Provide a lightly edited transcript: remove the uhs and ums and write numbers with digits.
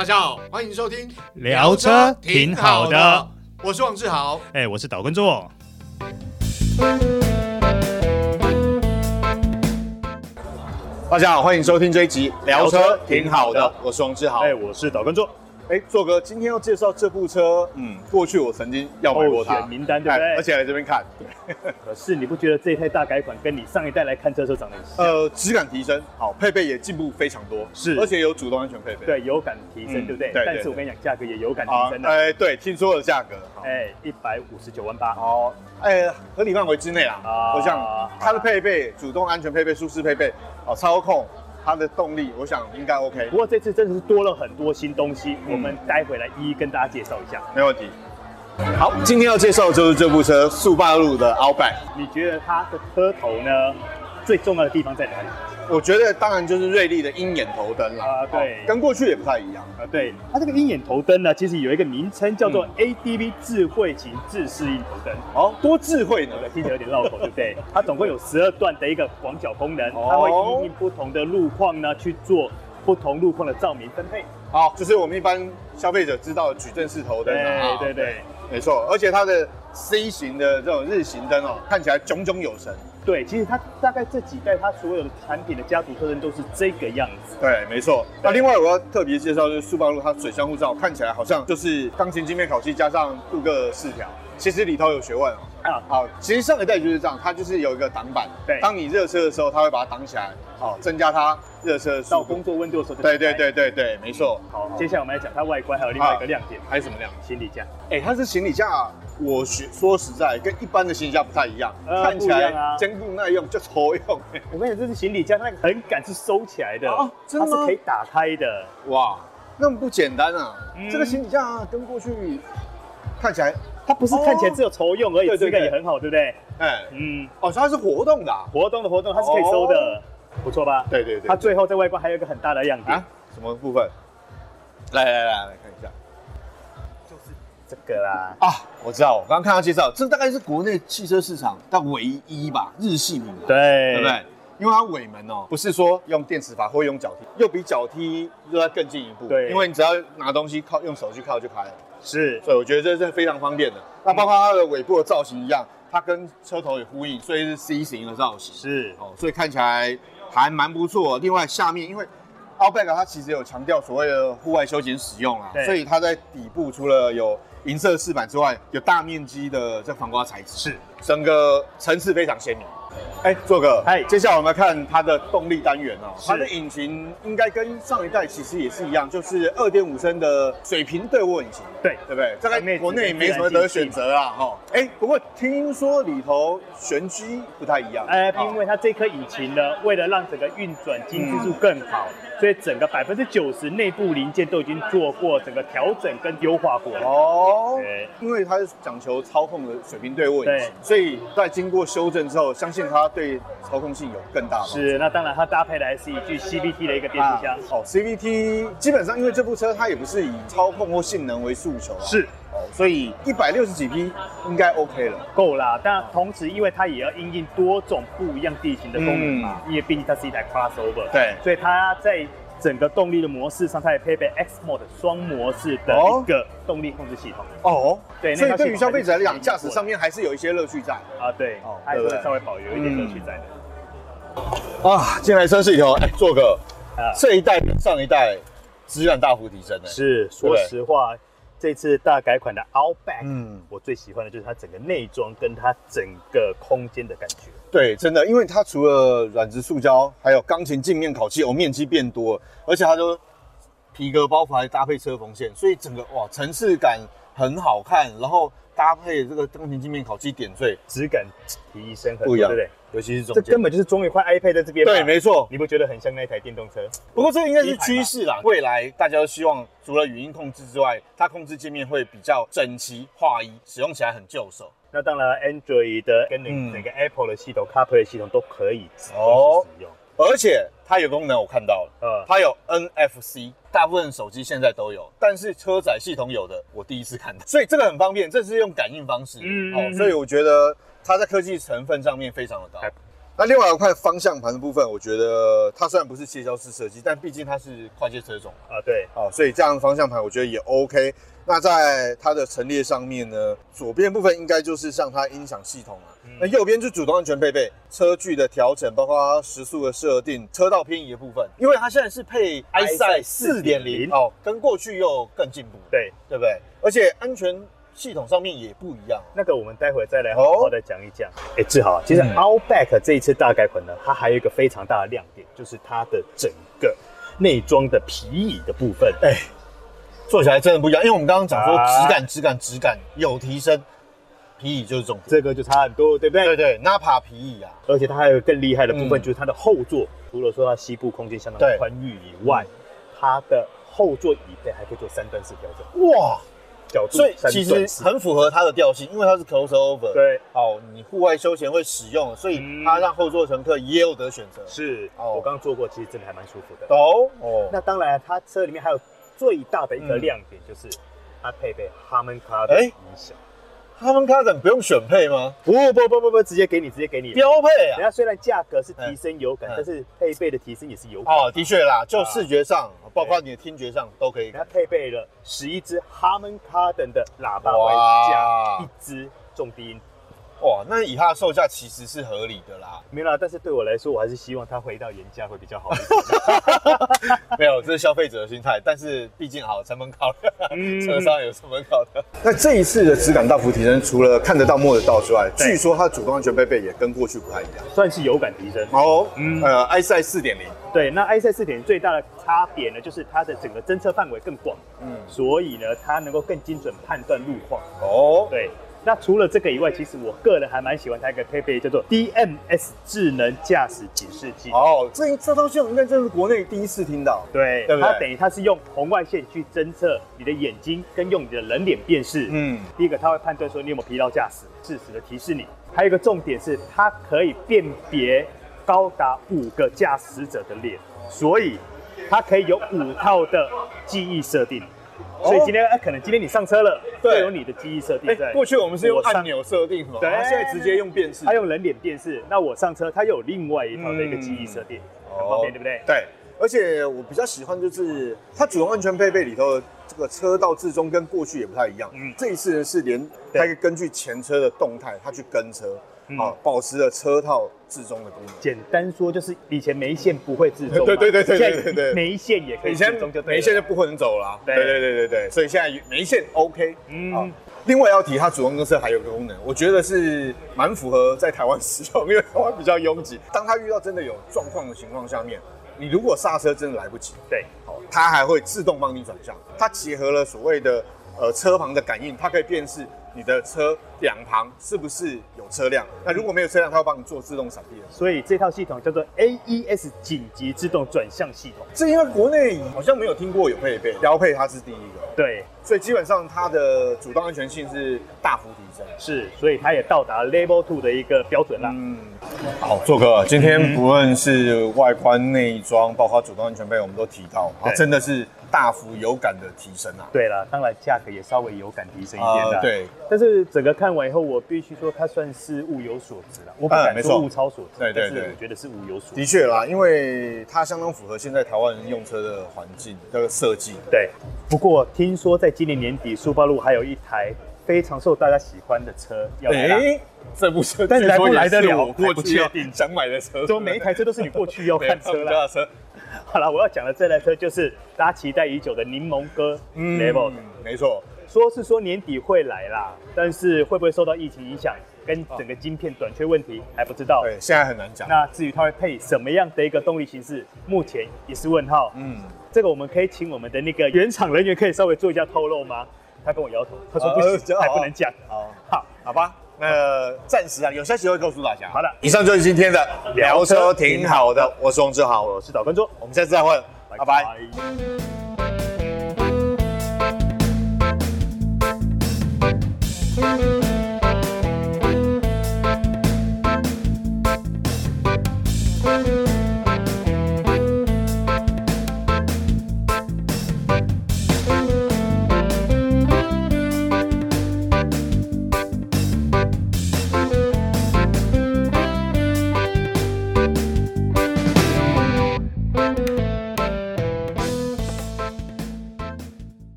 大家好，欢迎收听聊车挺好的， 我是王志豪， 我是岛根座。 大家好，欢迎收听这一集聊车挺好的，我是王志豪， 我是岛根座。 座哥，今天要介绍这部车，过去我曾经要买过它， 选名单对不对？ 而且来这边看。 可是你不觉得这一台大改款跟你上一代来看车时候长得很像？ 质感提升，好，配备也进步非常多， 是， 而且有主动安全配备， 对，有感提升，对不对？ 对。 但是我跟你讲，价格也有感提升的。 对，听说了价格 ，159万8。 好，合理范围之内啦。我想它的配备，主动安全配备、舒适配备，操控。它的动力，我想应该 OK。 不过这次真的是多了很多新东西，我们待会来一一跟大家介绍一下。 没问题。好，今天要介绍的就是这部车，速霸陆的 Outback。 你觉得它的车头呢，最重要的地方在哪里？ 我觉得当然就是锐利的鹰眼头灯啦。 对， 跟过去也不太一样。 对，它这个鹰眼头灯呢，其实有一个名称叫做 ADV 智慧型自适应头灯。 哦，多智慧呢， 听起来有点绕口，对不对？它总共有12段的一个广角功能，它会因应不同的路况呢去做不同路况的照明分配。 好，就是我们一般消费者知道的矩阵式头灯。 对， 没错。而且它的 C 型的这种日行灯看起来炯炯有神。 对，其实它大概这几代它所有的产品的家族特征都是这个样子。 对，没错。那另外我要特别介绍就是速霸陆它水箱护罩，看起来好像就是钢琴镜面烤漆加上镀铬饰条，其实里头有学问好，其实上一代就是这样，它就是有一个挡板，对，当你热车的时候，它会把它挡起来，增加它热车的速度。到工作温度的时候就对，没错。 好，接下来我们来讲它外观，还有另外一个亮点， 还有什么亮点？ 行李架。 它是行李架，我说实在，跟一般的行李架不太一样，看起来坚固耐用，就抽用。 我跟你讲，这是行李架，它那个横杆是收起来的， 真的吗？ 它是可以打开的。 哇，那么不简单啊！这个行李架跟过去看起来。 它不是看起来只有抽用而已，质感也很好，对不对？ 所以它是活动的， 活动，它是可以收的，不错吧？ 对。 它最后在外观还有一个很大的亮点， 什么部分？来看一下， 就是这个啦。 我知道，我刚刚看到介绍，这大概是国内汽车市场但唯一吧，日系品牌，对不对？因为它尾门不是说用电磁阀或用脚踢，又比脚踢又再更进一步。对，因为你只要拿东西用手去靠就开了。是，所以我觉得这是非常方便的。那包括它的尾部的造型一样，它跟车头也呼应，所以是 C 型的造型。是所以看起来还蛮不错。另外下面因为 Outback 它其实有强调所谓的户外休闲使用啦，所以它在底部除了有银色饰板之外，有大面积的这防刮材质，是整个层次非常鲜明。做哥，接下来我们来看它的动力单元它的引擎应该跟上一代其实也是一样，就是2.5升的水平对涡引擎，对不对？这个国内没什么得选择啦不过听说里头玄机不太一样， 因为它这颗引擎呢，为了让整个运转精致度更好，所以整个90%内部零件都已经做过整个调整跟优化过了。 因为它是讲求操控的水平对涡引擎，所以在经过修正之后，相信它对操控性有更大的帮助。 是，那当然它搭配的还是一具 CVT 的一个变速箱。 CVT 基本上因为这部车它也不是以操控或性能为诉求是所以160几匹应该 OK 了， 够啦。但同时因为它也要因应多种不一样地形的功能嘛，因为毕竟它是一台 crossover， 对，所以它在整个动力的模式上，它也配备 X Mode 双模式的一个动力控制系统。对， 所以对于消费者来讲，驾驶上面还是有一些乐趣在对，还是会稍微保留一点乐趣在的。进来车室里头，做个这一代跟上一代质感大幅提升是，说实话。这次大改款的 Outback，我最喜欢的就是它整个内装跟它整个空间的感觉。 对，真的，因为它除了软质塑胶，还有钢琴镜面烤漆，面积变多了，而且它都皮革包覆还搭配车缝线，所以整个层次感很好看，然后搭配这个钢琴镜面烤漆点缀， 质感提升很多，对不对？ 尤其是中间， 这根本就是装一块 iPad 在这边。 对，没错， 你不觉得很像那台电动车？ 不过这应该是趋势啦，未来大家都希望除了语音控制之外，它控制界面会比较整齐划一，使用起来很就手。 那当然 ，Android 的跟那个 Apple 的系统、CarPlay 系统都可以使用。 而且它有功能我看到了，它有 NFC， 大部分手机现在都有，但是车载系统有的我第一次看到，所以这个很方便，这是用感应方式，所以我觉得它在科技成分上面非常的高。 那另外我看方向盘的部分，我觉得它虽然不是切削式设计，但毕竟它是跨界车种啊，对， 所以这样的方向盘我觉得也 OK。那在它的陈列上面呢，左边部分应该就是像它音响系统啊，那右边就主动安全配备、车距的调整，包括它时速的设定、车道偏移的部分。因为它现在是配 EyeSight 4.0跟过去又更进步，对不对？而且安全系统上面也不一样。 那个我们待会再来好好的讲一讲。志豪，其实 Outback 这一次大改款呢，它还有一个非常大的亮点，就是它的整个内装的皮椅的部分。 做起来真的不一样，因为我们刚刚讲说质感有提升，皮椅就是重点， 这个就差很多，对不对？ 对，Napa 皮椅啊， 而且它还有更厉害的部分，就是它的后座，除了说它膝部空间相当宽裕以外，它的后座椅背还可以做3段式调整， 哇，角度，所以其实很符合它的调性，因为它是 crossover， 对， 你户外休闲会使用，所以它让后座乘客也有得选择。 是，我刚刚坐过，其实真的还蛮舒服的。那当然，它车里面还有最大的一个亮点就是它配备 Harman Kardon 音响。 Harman Kardon 不用选配吗？ 不，直接给你标配啊！ 人家虽然价格是提升有感，但是配备的提升也是有感。 的确啦，就视觉上，包括你的听觉上都可以。 它配备了11支 Harman Kardon 的喇叭，外加1支重低音。 哇，那以它的售价其实是合理的啦。 没啦，但是对我来说，我还是希望它回到原价会比较好一点。 没有，这是消费者的心态，但是毕竟成本考量，车商有成本考量。那这一次的质感大幅提升，除了看得到摸得到之外，据说它的主动安全配备也跟过去不太一样， 算是有感提升。 EyeSight 4.0。 对，那 EyeSight 4.0最大的差别呢，就是它的整个侦测范围更广，所以呢，它能够更精准判断路况。对。那除了这个以外，其实我个人还蛮喜欢它一个配备，叫做 DMS 智能驾驶警示器。 这套系统应该真是国内第一次听到。 对，它等于它是用红外线去侦测你的眼睛，跟用你的人脸辨识。第一个它会判断说你有没有疲劳驾驶，适时的提示你。还有一个重点是，它可以辨别高达5个驾驶者的脸，所以它可以有5套的记忆设定。所以可能今天你上车了，会有你的记忆设定在。 过去我们是用按钮设定嘛，它现在直接用辨识。 它用人脸辨识，那我上车，它又有另外一套的一个记忆设定，很方便，对不对？ 对，而且我比较喜欢就是它主动安全配备里头的这个车道置中跟过去也不太一样。这一次呢是连它可以根据前车的动态，它去跟车。保持了车套置中的功能。 简单说就是以前没线不会置中， 对， 没线也可以置中就对了， 没线就不能走了。对，所以现在没线 OK。另外要提它主动跟车还有一个功能，我觉得是蛮符合在台湾使用，因为台湾比较拥挤。当它遇到真的有状况的情况下面，你如果刹车真的来不及，它还会自动帮你转向。它结合了所谓的车旁的感应，它可以辨识你的车两旁是不是有车辆。那如果没有车辆，它会帮你做自动闪避。 所以这套系统叫做 AES 紧急自动转向系统。 这因为国内好像没有听过有配备，标配它是第一个。 对， 所以基本上它的主动安全性是大幅提升。 是，所以它也到达 Level 2的一个标准啦。 好，做哥，今天不论是外观内装，包括主动安全配备，我们都提到，真的是大幅有感的提升啊。 对了，当然价格也稍微有感提升一点啦。 对， 但是整个看完以后，我必须说它算是物有所值了。我不敢说物超所值，但是我觉得是物有所值。 的确啦，因为它相当符合现在台湾人用车的环境的设计。 对，不过听说在今年年底，苏巴路还有一台非常受大家喜欢的车要来。 这部车， 但是来不来得了？ 我过去想买的车， 怎么每一台车都是你过去要看车啦？好了，我要讲的这台车就是大家期待已久的柠檬哥 Level。 没错， 说年底会来啦，但是会不会受到疫情影响，跟整个晶片短缺问题还不知道。 对，现在很难讲。 那至于它会配什么样的一个动力形式，目前也是问号。这个我们可以请我们的那个原厂人员可以稍微做一下透露吗？他跟我摇头，他说不行，还不能讲。 好吧。那暂时有消息会告诉大家。 好的， 以上就是今天的聊车挺好的，我是王志豪， 我是导观众， 我们下次再会，拜拜。